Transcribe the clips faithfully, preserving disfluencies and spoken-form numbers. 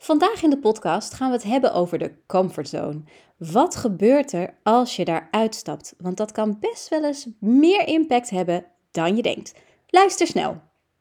Vandaag in de podcast gaan we het hebben over de comfortzone. Wat gebeurt er als je daar uitstapt? Want dat kan best wel eens meer impact hebben dan je denkt. Luister snel.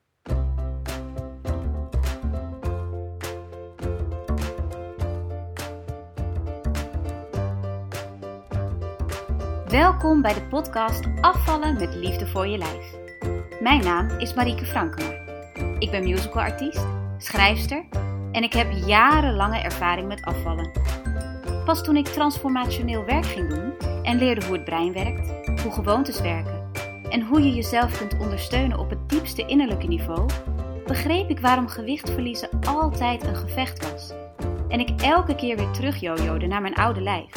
Welkom bij de podcast Afvallen met liefde voor je lijf. Mijn naam is Marieke Frankema. Ik ben musicalartiest, schrijfster en ik heb jarenlange ervaring met afvallen. Pas toen ik transformationeel werk ging doen en leerde hoe het brein werkt, hoe gewoontes werken en hoe je jezelf kunt ondersteunen op het diepste innerlijke niveau, begreep ik waarom gewicht verliezen altijd een gevecht was. En ik elke keer weer terug jojode naar mijn oude lijf.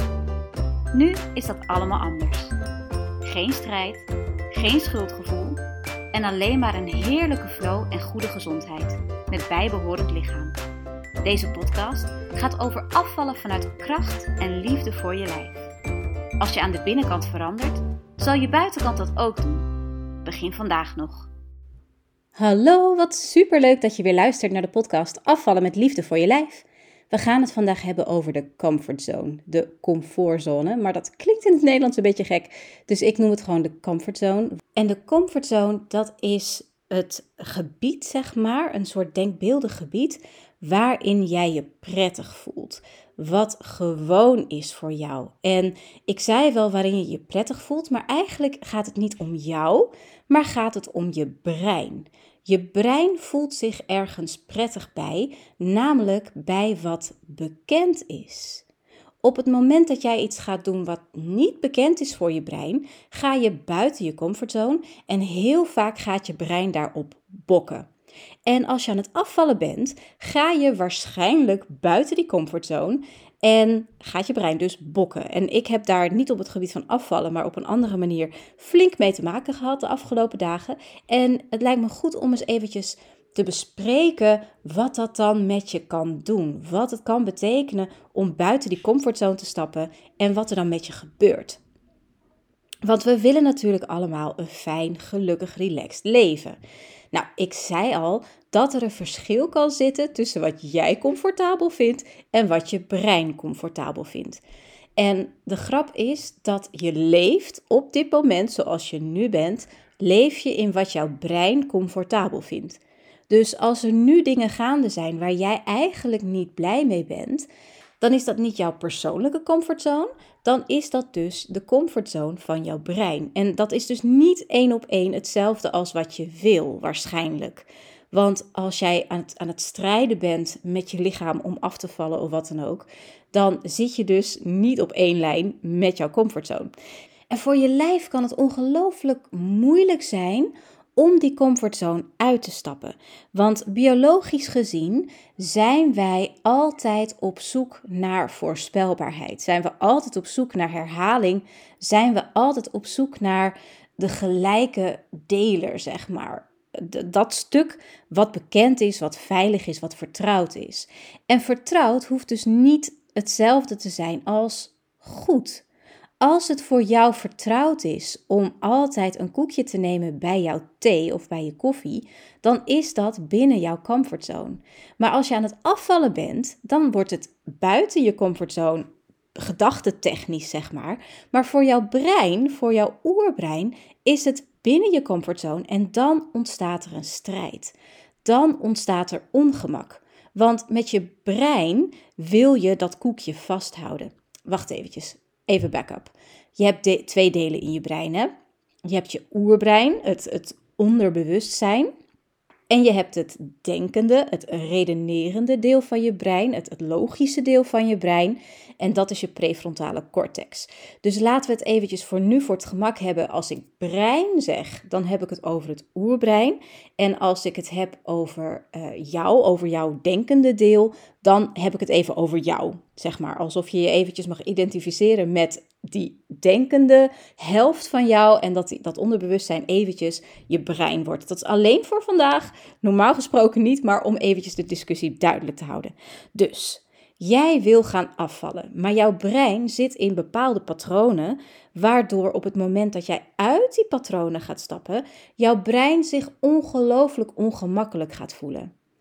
Nu is dat allemaal anders. Geen strijd, geen schuldgevoel en alleen maar een heerlijke flow en goede gezondheid met bijbehorend lichaam. Deze podcast gaat over afvallen vanuit kracht en liefde voor je lijf. Als je aan de binnenkant verandert, zal je buitenkant dat ook doen. Begin vandaag nog. Hallo, wat superleuk dat je weer luistert naar de podcast Afvallen met liefde voor je lijf. We gaan het vandaag hebben over de comfortzone, de comfortzone, maar dat klinkt in het Nederlands een beetje gek, dus ik noem het gewoon de comfortzone. En de comfortzone, dat is het gebied, zeg maar, een soort denkbeeldig gebied waarin jij je prettig voelt, wat gewoon is voor jou. En ik zei wel waarin je je prettig voelt, maar eigenlijk gaat het niet om jou, maar gaat het om je brein. Je brein voelt zich ergens prettig bij, namelijk bij wat bekend is. Op het moment dat jij iets gaat doen wat niet bekend is voor je brein, ga je buiten je comfortzone en heel vaak gaat je brein daarop bokken. En als je aan het afvallen bent, ga je waarschijnlijk buiten die comfortzone en gaat je brein dus bokken. En ik heb daar niet op het gebied van afvallen, maar op een andere manier flink mee te maken gehad de afgelopen dagen. En het lijkt me goed om eens eventjes te bespreken wat dat dan met je kan doen. Wat het kan betekenen om buiten die comfortzone te stappen en wat er dan met je gebeurt. Want we willen natuurlijk allemaal een fijn, gelukkig, relaxed leven. Nou, ik zei al dat er een verschil kan zitten tussen wat jij comfortabel vindt en wat je brein comfortabel vindt. En de grap is dat je leeft op dit moment zoals je nu bent, leef je in wat jouw brein comfortabel vindt. Dus als er nu dingen gaande zijn waar jij eigenlijk niet blij mee bent, dan is dat niet jouw persoonlijke comfortzone, dan is dat dus de comfortzone van jouw brein. En dat is dus niet één op één hetzelfde als wat je wil, waarschijnlijk. Want als jij aan het, aan het strijden bent met je lichaam om af te vallen of wat dan ook, dan zit je dus niet op één lijn met jouw comfortzone. En voor je lijf kan het ongelooflijk moeilijk zijn om die comfortzone uit te stappen. Want biologisch gezien zijn wij altijd op zoek naar voorspelbaarheid. Zijn we altijd op zoek naar herhaling. Zijn we altijd op zoek naar de gelijke deler, zeg maar. Dat stuk wat bekend is, wat veilig is, wat vertrouwd is. En vertrouwd hoeft dus niet hetzelfde te zijn als goed. Als het voor jou vertrouwd is om altijd een koekje te nemen bij jouw thee of bij je koffie, dan is dat binnen jouw comfortzone. Maar als je aan het afvallen bent, dan wordt het buiten je comfortzone, gedachtentechnisch zeg maar. Maar voor jouw brein, voor jouw oerbrein, is het binnen je comfortzone en dan ontstaat er een strijd. Dan ontstaat er ongemak. Want met je brein wil je dat koekje vasthouden. Wacht eventjes. Even backup. Je hebt de, twee delen in je brein. Hè? Je hebt je oerbrein, het, het onderbewustzijn. En je hebt het denkende, het redenerende deel van je brein, het, het logische deel van je brein. En dat is je prefrontale cortex. Dus laten we het eventjes voor nu voor het gemak hebben. Als ik brein zeg, dan heb ik het over het oerbrein. En als ik het heb over uh, jou, over jouw denkende deel, dan heb ik het even over jou. Zeg maar, alsof je je eventjes mag identificeren met die denkende helft van jou en dat die, dat onderbewustzijn eventjes je brein wordt. Dat is alleen voor vandaag, normaal gesproken niet, maar om eventjes de discussie duidelijk te houden. Dus, jij wil gaan afvallen, maar jouw brein zit in bepaalde patronen, waardoor op het moment dat jij uit die patronen gaat stappen, jouw brein zich ongelooflijk ongemakkelijk gaat voelen.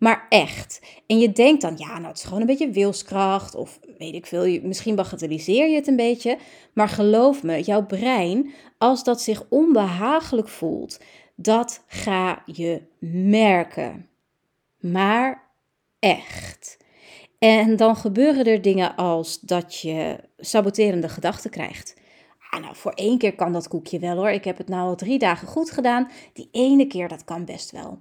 maar echt. En je denkt dan, ja, nou het is gewoon een beetje wilskracht of weet ik veel, misschien bagatelliseer je het een beetje. Maar geloof me, jouw brein, als dat zich onbehagelijk voelt, dat ga je merken. Maar echt. En dan gebeuren er dingen als dat je saboterende gedachten krijgt. Ah, nou, voor één keer kan dat koekje wel hoor. Ik heb het nou al drie dagen goed gedaan. Die ene keer, dat kan best wel.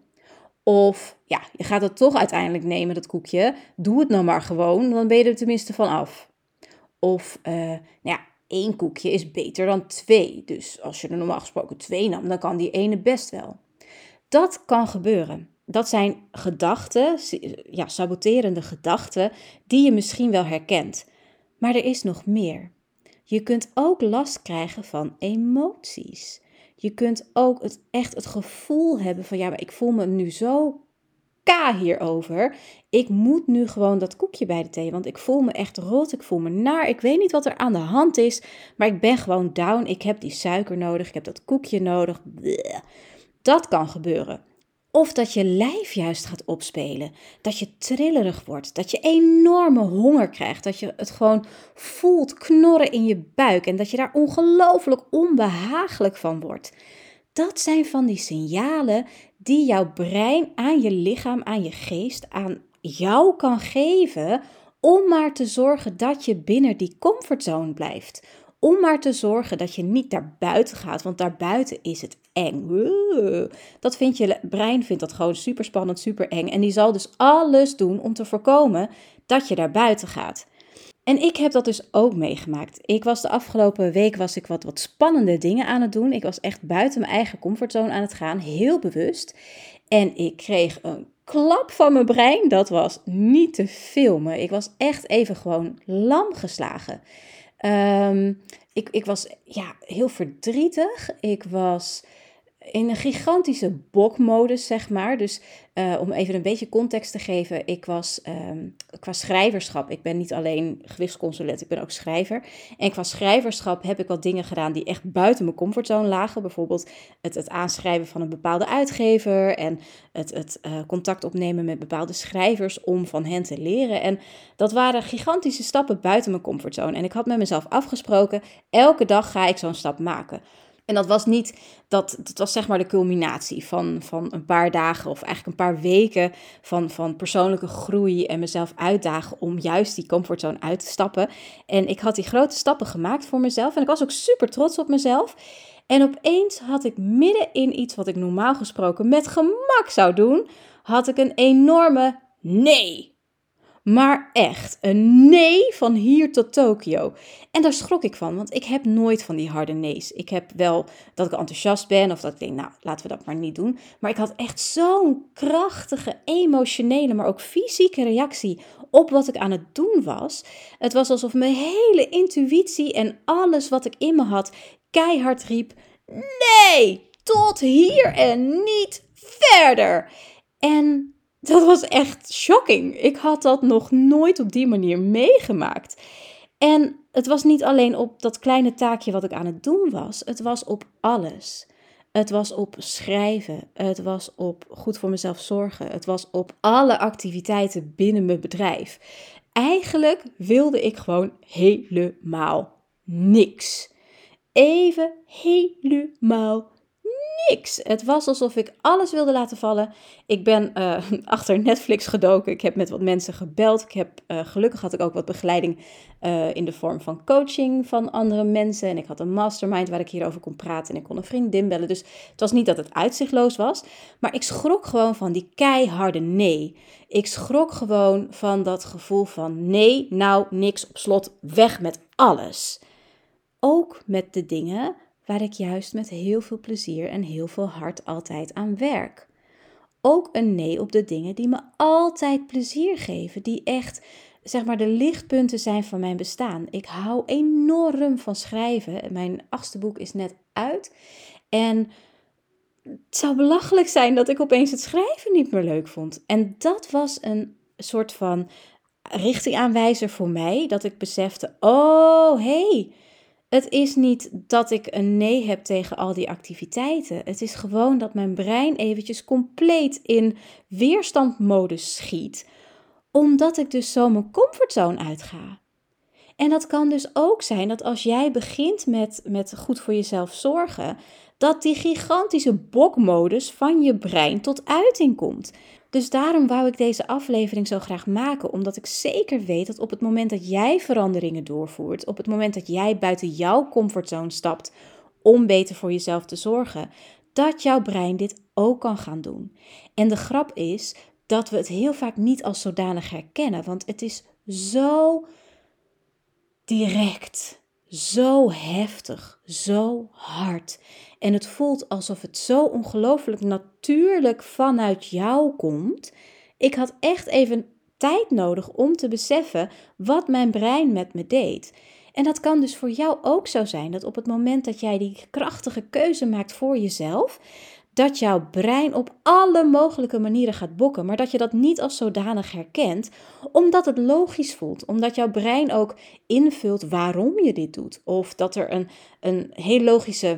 Of ja, je gaat het toch uiteindelijk nemen, dat koekje. Doe het nou maar gewoon, dan ben je er tenminste van af. Of, uh, nou ja, één koekje is beter dan twee. Dus als je er normaal gesproken twee nam, dan kan die ene best wel. Dat kan gebeuren. Dat zijn gedachten, ja, saboterende gedachten, die je misschien wel herkent. Maar er is nog meer. Je kunt ook last krijgen van emoties. Je kunt ook het, echt het gevoel hebben van, ja, maar ik voel me nu zo k hierover. Ik moet nu gewoon dat koekje bij de thee, want ik voel me echt rot, ik voel me naar. Ik weet niet wat er aan de hand is, maar ik ben gewoon down. Ik heb die suiker nodig, ik heb dat koekje nodig. Bleh. Dat kan gebeuren. Of dat je lijf juist gaat opspelen. Dat je trillerig wordt. Dat je enorme honger krijgt. Dat je het gewoon voelt knorren in je buik. En dat je daar ongelooflijk onbehagelijk van wordt. Dat zijn van die signalen die jouw brein aan je lichaam, aan je geest, aan jou kan geven. Om maar te zorgen dat je binnen die comfortzone blijft. Om maar te zorgen dat je niet naar buiten gaat, want daarbuiten is het eng. Dat vindt je brein vindt dat gewoon super spannend, super eng. En die zal dus alles doen om te voorkomen dat je naar buiten gaat. En ik heb dat dus ook meegemaakt. Ik was de afgelopen week was ik wat, wat spannende dingen aan het doen. Ik was echt buiten mijn eigen comfortzone aan het gaan, heel bewust. En ik kreeg een klap van mijn brein, dat was niet te filmen. Ik was echt even gewoon lam geslagen. Um, ik, ik was ja, heel verdrietig. Ik was in een gigantische bokmodus, zeg maar. Dus uh, om even een beetje context te geven. Ik was um, qua schrijverschap. Ik ben niet alleen gewichtsconsulent, ik ben ook schrijver. En qua schrijverschap heb ik wat dingen gedaan die echt buiten mijn comfortzone lagen. Bijvoorbeeld het, het aanschrijven van een bepaalde uitgever. En het, het uh, contact opnemen met bepaalde schrijvers om van hen te leren. En dat waren gigantische stappen buiten mijn comfortzone. En ik had met mezelf afgesproken, elke dag ga ik zo'n stap maken. En dat was niet, dat, dat was zeg maar de culminatie van, van een paar dagen of eigenlijk een paar weken van, van persoonlijke groei en mezelf uitdagen om juist die comfortzone uit te stappen. En ik had die grote stappen gemaakt voor mezelf en ik was ook super trots op mezelf. En opeens had ik midden in iets wat ik normaal gesproken met gemak zou doen, had ik een enorme nee. Maar echt, een nee van hier tot Tokio. En daar schrok ik van, want ik heb nooit van die harde nee's. Ik heb wel dat ik enthousiast ben of dat ik denk, nou, laten we dat maar niet doen. Maar ik had echt zo'n krachtige, emotionele, maar ook fysieke reactie op wat ik aan het doen was. Het was alsof mijn hele intuïtie en alles wat ik in me had keihard riep, nee, tot hier en niet verder. En dat was echt shocking. Ik had dat nog nooit op die manier meegemaakt. En het was niet alleen op dat kleine taakje wat ik aan het doen was. Het was op alles. Het was op schrijven. Het was op goed voor mezelf zorgen. Het was op alle activiteiten binnen mijn bedrijf. Eigenlijk wilde ik gewoon helemaal niks. Even helemaal niks. Het was alsof ik alles wilde laten vallen. Ik ben uh, achter Netflix gedoken. Ik heb met wat mensen gebeld. Ik heb, uh, gelukkig had ik ook wat begeleiding uh, in de vorm van coaching van andere mensen. En ik had een mastermind waar ik hierover kon praten. En ik kon een vriendin bellen. Dus het was niet dat het uitzichtloos was. Maar ik schrok gewoon van die keiharde nee. Ik schrok gewoon van dat gevoel van nee, nou niks, op slot, weg met alles. Ook met de dingen waar ik juist met heel veel plezier en heel veel hart altijd aan werk. Ook een nee op de dingen die me altijd plezier geven, die echt, zeg maar, de lichtpunten zijn van mijn bestaan. Ik hou enorm van schrijven. Mijn achtste boek is net uit. En het zou belachelijk zijn dat ik opeens het schrijven niet meer leuk vond. En dat was een soort van richtingaanwijzer voor mij, dat ik besefte, oh, hé, hey, Het is niet dat ik een nee heb tegen al die activiteiten. Het is gewoon dat mijn brein eventjes compleet in weerstandmodus schiet, omdat ik dus zo mijn comfortzone uitga. En dat kan dus ook zijn dat als jij begint met, met goed voor jezelf zorgen, dat die gigantische bokmodus van je brein tot uiting komt. Dus daarom wou ik deze aflevering zo graag maken, omdat ik zeker weet dat op het moment dat jij veranderingen doorvoert, op het moment dat jij buiten jouw comfortzone stapt om beter voor jezelf te zorgen, dat jouw brein dit ook kan gaan doen. En de grap is dat we het heel vaak niet als zodanig herkennen, want het is zo direct, zo heftig, zo hard. En het voelt alsof het zo ongelooflijk natuurlijk vanuit jou komt. Ik had echt even tijd nodig om te beseffen wat mijn brein met me deed. En dat kan dus voor jou ook zo zijn, dat op het moment dat jij die krachtige keuze maakt voor jezelf, dat jouw brein op alle mogelijke manieren gaat bokken, maar dat je dat niet als zodanig herkent, omdat het logisch voelt. Omdat jouw brein ook invult waarom je dit doet. Of dat er een, een heel logische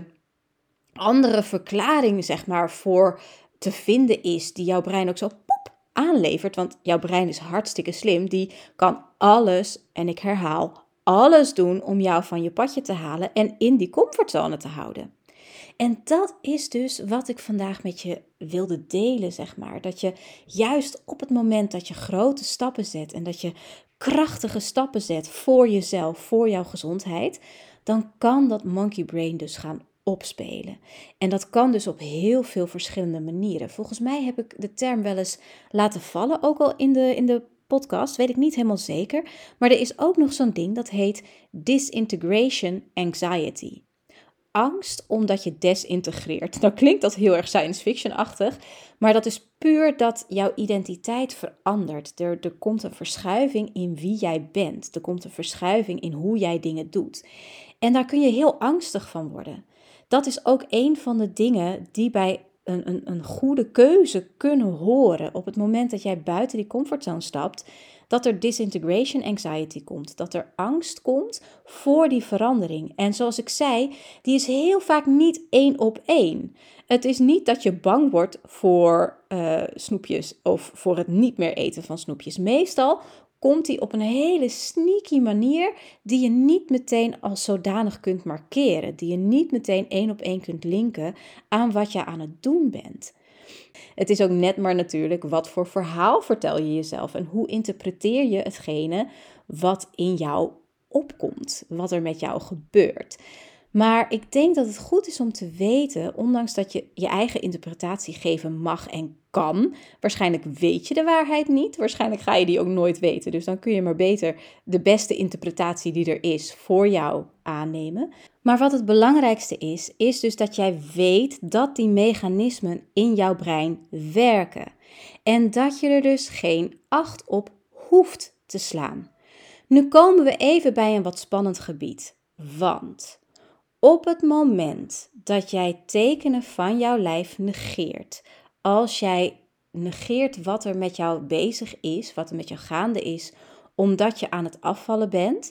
andere verklaring, zeg maar, voor te vinden is, die jouw brein ook zo pop aanlevert. Want jouw brein is hartstikke slim, die kan alles, en ik herhaal, alles doen om jou van je padje te halen en in die comfortzone te houden. En dat is dus wat ik vandaag met je wilde delen, zeg maar. Dat je juist op het moment dat je grote stappen zet en dat je krachtige stappen zet voor jezelf, voor jouw gezondheid, dan kan dat monkey brain dus gaan opspelen. En dat kan dus op heel veel verschillende manieren. Volgens mij heb ik de term wel eens laten vallen, ook al in de, in de podcast, weet ik niet helemaal zeker. Maar er is ook nog zo'n ding dat heet disintegration anxiety. Angst omdat je desintegreert. Nou klinkt dat heel erg science fiction-achtig, maar dat is puur dat jouw identiteit verandert. Er, er komt een verschuiving in wie jij bent. Er komt een verschuiving in hoe jij dingen doet. En daar kun je heel angstig van worden. Dat is ook een van de dingen die bij een, een, een goede keuze kunnen horen. Op het moment dat jij buiten die comfortzone stapt, dat er disintegration anxiety komt. Dat er angst komt voor die verandering. En zoals ik zei, die is heel vaak niet één op één. Het is niet dat je bang wordt voor uh, snoepjes of voor het niet meer eten van snoepjes. Meestal komt die op een hele sneaky manier die je niet meteen als zodanig kunt markeren. Die je niet meteen één op één kunt linken aan wat je aan het doen bent. Het is ook net maar natuurlijk wat voor verhaal vertel je jezelf en hoe interpreteer je hetgene wat in jou opkomt, wat er met jou gebeurt. Maar ik denk dat het goed is om te weten, ondanks dat je je eigen interpretatie geven mag en kan. Waarschijnlijk weet je de waarheid niet, waarschijnlijk ga je die ook nooit weten. Dus dan kun je maar beter de beste interpretatie die er is voor jou aannemen. Maar wat het belangrijkste is, is dus dat jij weet dat die mechanismen in jouw brein werken. En dat je er dus geen acht op hoeft te slaan. Nu komen we even bij een wat spannend gebied, want op het moment dat jij tekenen van jouw lijf negeert, als jij negeert wat er met jou bezig is, wat er met jou gaande is, omdat je aan het afvallen bent,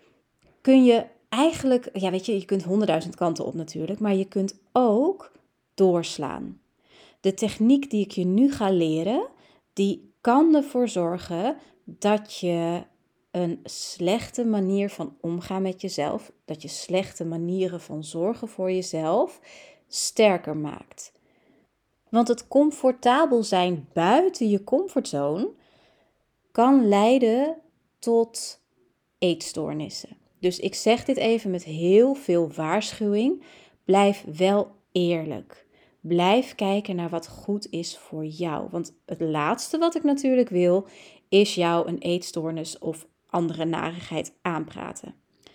kun je eigenlijk, ja weet je, je kunt honderdduizend kanten op natuurlijk, maar je kunt ook doorslaan. De techniek die ik je nu ga leren, die kan ervoor zorgen dat je een slechte manier van omgaan met jezelf, dat je slechte manieren van zorgen voor jezelf sterker maakt. Want het comfortabel zijn buiten je comfortzone kan leiden tot eetstoornissen. Dus ik zeg dit even met heel veel waarschuwing. Blijf wel eerlijk. Blijf kijken naar wat goed is voor jou. Want het laatste wat ik natuurlijk wil, is jou een eetstoornis of andere narigheid aanpraten.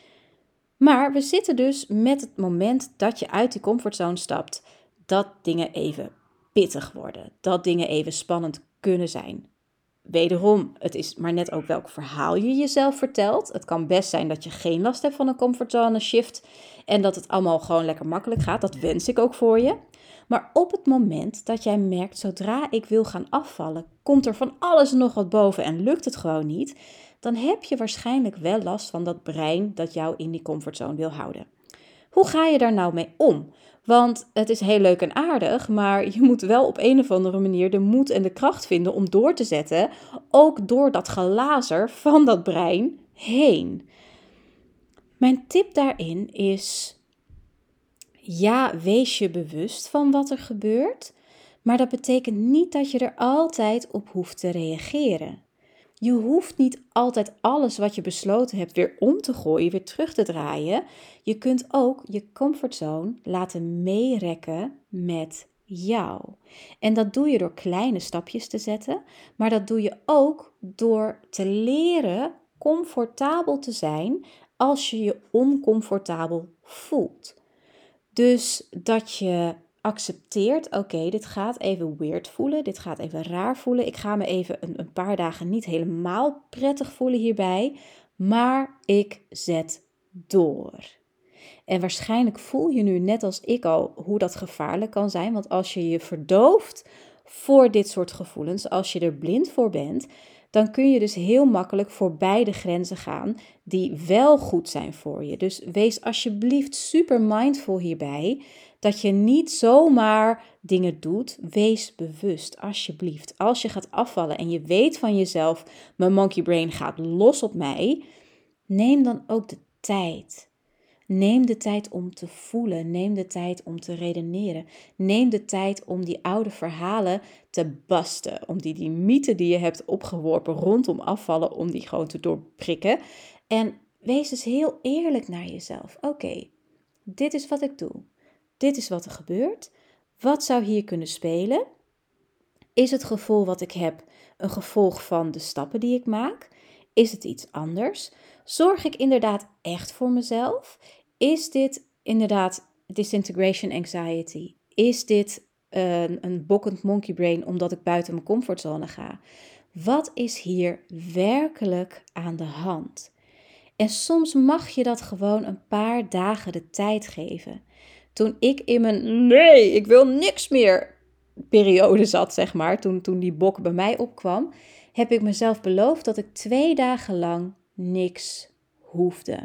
Maar we zitten dus met het moment dat je uit die comfortzone stapt, dat dingen even pittig worden. Dat dingen even spannend kunnen zijn. Wederom, het is maar net ook welk verhaal je jezelf vertelt. Het kan best zijn dat je geen last hebt van een comfortzone shift en dat het allemaal gewoon lekker makkelijk gaat. Dat wens ik ook voor je. Maar op het moment dat jij merkt, zodra ik wil gaan afvallen, komt er van alles en nog wat boven en lukt het gewoon niet, dan heb je waarschijnlijk wel last van dat brein dat jou in die comfortzone wil houden. Hoe ga je daar nou mee om? Want het is heel leuk en aardig, maar je moet wel op een of andere manier de moed en de kracht vinden om door te zetten, ook door dat gelazer van dat brein heen. Mijn tip daarin is, ja, wees je bewust van wat er gebeurt, maar dat betekent niet dat je er altijd op hoeft te reageren. Je hoeft niet altijd alles wat je besloten hebt weer om te gooien, weer terug te draaien. Je kunt ook je comfortzone laten meerekken met jou. En dat doe je door kleine stapjes te zetten, maar dat doe je ook door te leren comfortabel te zijn als je je oncomfortabel voelt. Dus dat je accepteert, oké, okay, dit gaat even weird voelen, dit gaat even raar voelen. Ik ga me even een, een paar dagen niet helemaal prettig voelen hierbij, maar ik zet door. En waarschijnlijk voel je nu, net als ik al, hoe dat gevaarlijk kan zijn. Want als je je verdooft voor dit soort gevoelens, als je er blind voor bent, dan kun je dus heel makkelijk voorbij de grenzen gaan die wel goed zijn voor je. Dus wees alsjeblieft super mindful hierbij, dat je niet zomaar dingen doet. Wees bewust, alsjeblieft. Als je gaat afvallen en je weet van jezelf, mijn monkey brain gaat los op mij, neem dan ook de tijd. Neem de tijd om te voelen, neem de tijd om te redeneren. Neem de tijd om die oude verhalen te basten, om die, die mythe die je hebt opgeworpen rondom afvallen, om die gewoon te doorprikken. En wees dus heel eerlijk naar jezelf. Oké, okay, dit is wat ik doe. Dit is wat er gebeurt. Wat zou hier kunnen spelen? Is het gevoel wat ik heb een gevolg van de stappen die ik maak? Is het iets anders? Zorg ik inderdaad echt voor mezelf? Is dit inderdaad disintegration anxiety? Is dit uh, een bokkend monkey brain omdat ik buiten mijn comfortzone ga? Wat is hier werkelijk aan de hand? En soms mag je dat gewoon een paar dagen de tijd geven. Toen ik in mijn nee, ik wil niks meer periode zat, zeg maar, toen, toen die bok bij mij opkwam, heb ik mezelf beloofd dat ik twee dagen lang niks hoefde.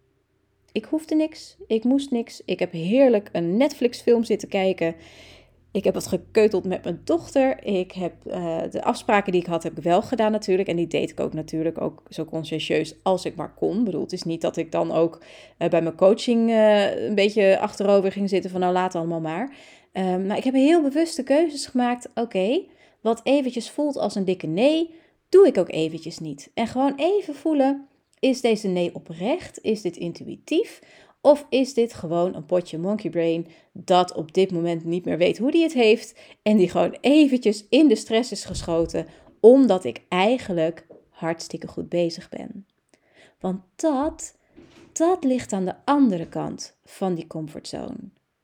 Ik hoefde niks, ik moest niks. Ik heb heerlijk een Netflix-film zitten kijken. Ik heb wat gekeuteld met mijn dochter. Ik heb uh, de afspraken die ik had, heb ik wel gedaan natuurlijk. En die deed ik ook natuurlijk ook zo consciëntieus als ik maar kon. Ik bedoel, het is niet dat ik dan ook uh, bij mijn coaching uh, een beetje achterover ging zitten van nou laat allemaal maar. Uh, maar ik heb heel bewuste keuzes gemaakt. Oké, okay, wat eventjes voelt als een dikke nee, doe ik ook eventjes niet. En gewoon even voelen, is deze nee oprecht? Is dit intuïtief? Of is dit gewoon een potje monkey brain dat op dit moment niet meer weet hoe die het heeft en die gewoon eventjes in de stress is geschoten omdat ik eigenlijk hartstikke goed bezig ben? Want dat, dat ligt aan de andere kant van die comfortzone.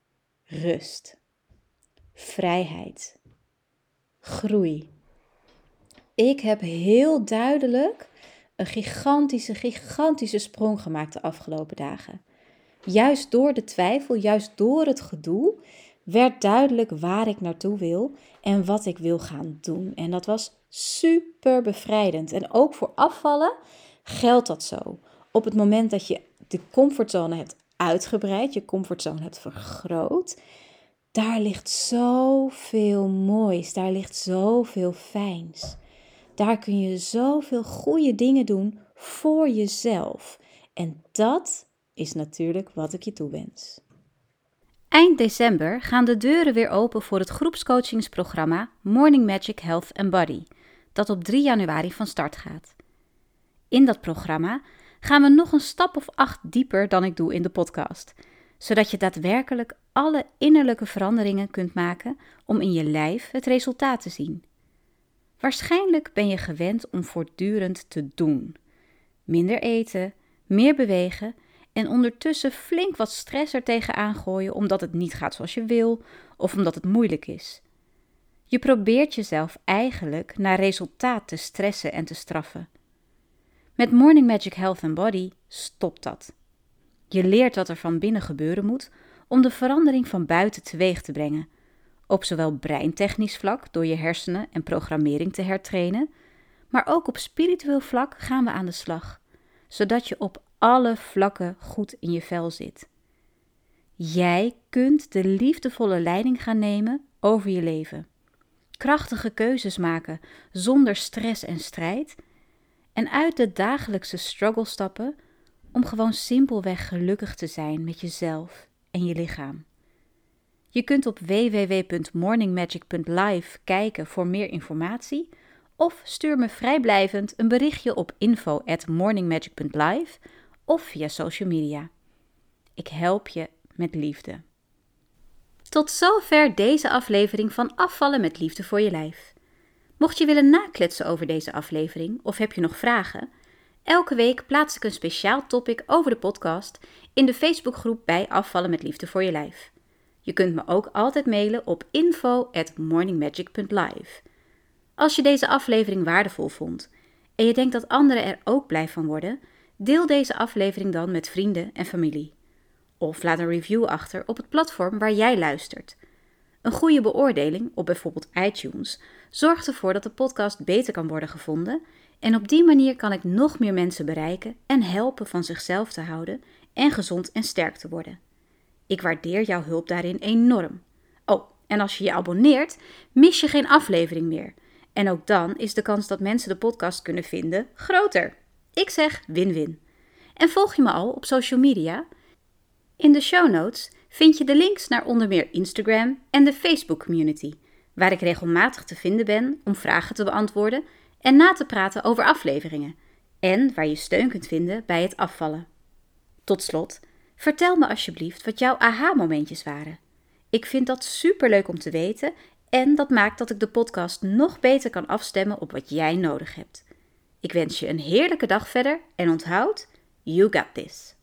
Rust, vrijheid, groei. Ik heb heel duidelijk een gigantische, gigantische sprong gemaakt de afgelopen dagen. Juist door de twijfel, juist door het gedoe, werd duidelijk waar ik naartoe wil en wat ik wil gaan doen. En dat was super bevrijdend. En ook voor afvallen geldt dat zo. Op het moment dat je de comfortzone hebt uitgebreid, je comfortzone hebt vergroot, daar ligt zoveel moois, daar ligt zoveel fijns. Daar kun je zoveel goede dingen doen voor jezelf. En dat is natuurlijk wat ik je toewens. Eind december gaan de deuren weer open voor het groepscoachingsprogramma Morning Magic Health and Body, dat op drie januari van start gaat. In dat programma gaan we nog een stap of acht dieper dan ik doe in de podcast, zodat je daadwerkelijk alle innerlijke veranderingen kunt maken om in je lijf het resultaat te zien. Waarschijnlijk ben je gewend om voortdurend te doen. Minder eten, meer bewegen en ondertussen flink wat stress er tegenaan gooien omdat het niet gaat zoals je wil of omdat het moeilijk is. Je probeert jezelf eigenlijk naar resultaat te stressen en te straffen. Met Morning Magic Health and Body stopt dat. Je leert wat er van binnen gebeuren moet om de verandering van buiten teweeg te brengen, Op zowel breintechnisch vlak door je hersenen en programmering te hertrainen, maar ook op spiritueel vlak gaan we aan de slag, zodat je op alle vlakken goed in je vel zit. Jij kunt de liefdevolle leiding gaan nemen over je leven. Krachtige keuzes maken zonder stress en strijd en uit de dagelijkse struggle stappen om gewoon simpelweg gelukkig te zijn met jezelf en je lichaam. Je kunt op w w w punt morning magic punt live kijken voor meer informatie of stuur me vrijblijvend een berichtje op info at morning magic punt live of via social media. Ik help je met liefde. Tot zover deze aflevering van Afvallen met Liefde voor je lijf. Mocht je willen nakletsen over deze aflevering of heb je nog vragen, elke week plaats ik een speciaal topic over de podcast in de Facebookgroep bij Afvallen met Liefde voor je lijf. Je kunt me ook altijd mailen op info at morning magic punt live. Als je deze aflevering waardevol vond en je denkt dat anderen er ook blij van worden, deel deze aflevering dan met vrienden en familie. Of laat een review achter op het platform waar jij luistert. Een goede beoordeling op bijvoorbeeld iTunes zorgt ervoor dat de podcast beter kan worden gevonden en op die manier kan ik nog meer mensen bereiken en helpen van zichzelf te houden en gezond en sterk te worden. Ik waardeer jouw hulp daarin enorm. Oh, en als je je abonneert, mis je geen aflevering meer. En ook dan is de kans dat mensen de podcast kunnen vinden groter. Ik zeg win-win. En volg je me al op social media? In de show notes vind je de links naar onder meer Instagram en de Facebook community, waar ik regelmatig te vinden ben om vragen te beantwoorden en na te praten over afleveringen. En waar je steun kunt vinden bij het afvallen. Tot slot, vertel me alsjeblieft wat jouw aha-momentjes waren. Ik vind dat superleuk om te weten en dat maakt dat ik de podcast nog beter kan afstemmen op wat jij nodig hebt. Ik wens je een heerlijke dag verder en onthoud, you got this.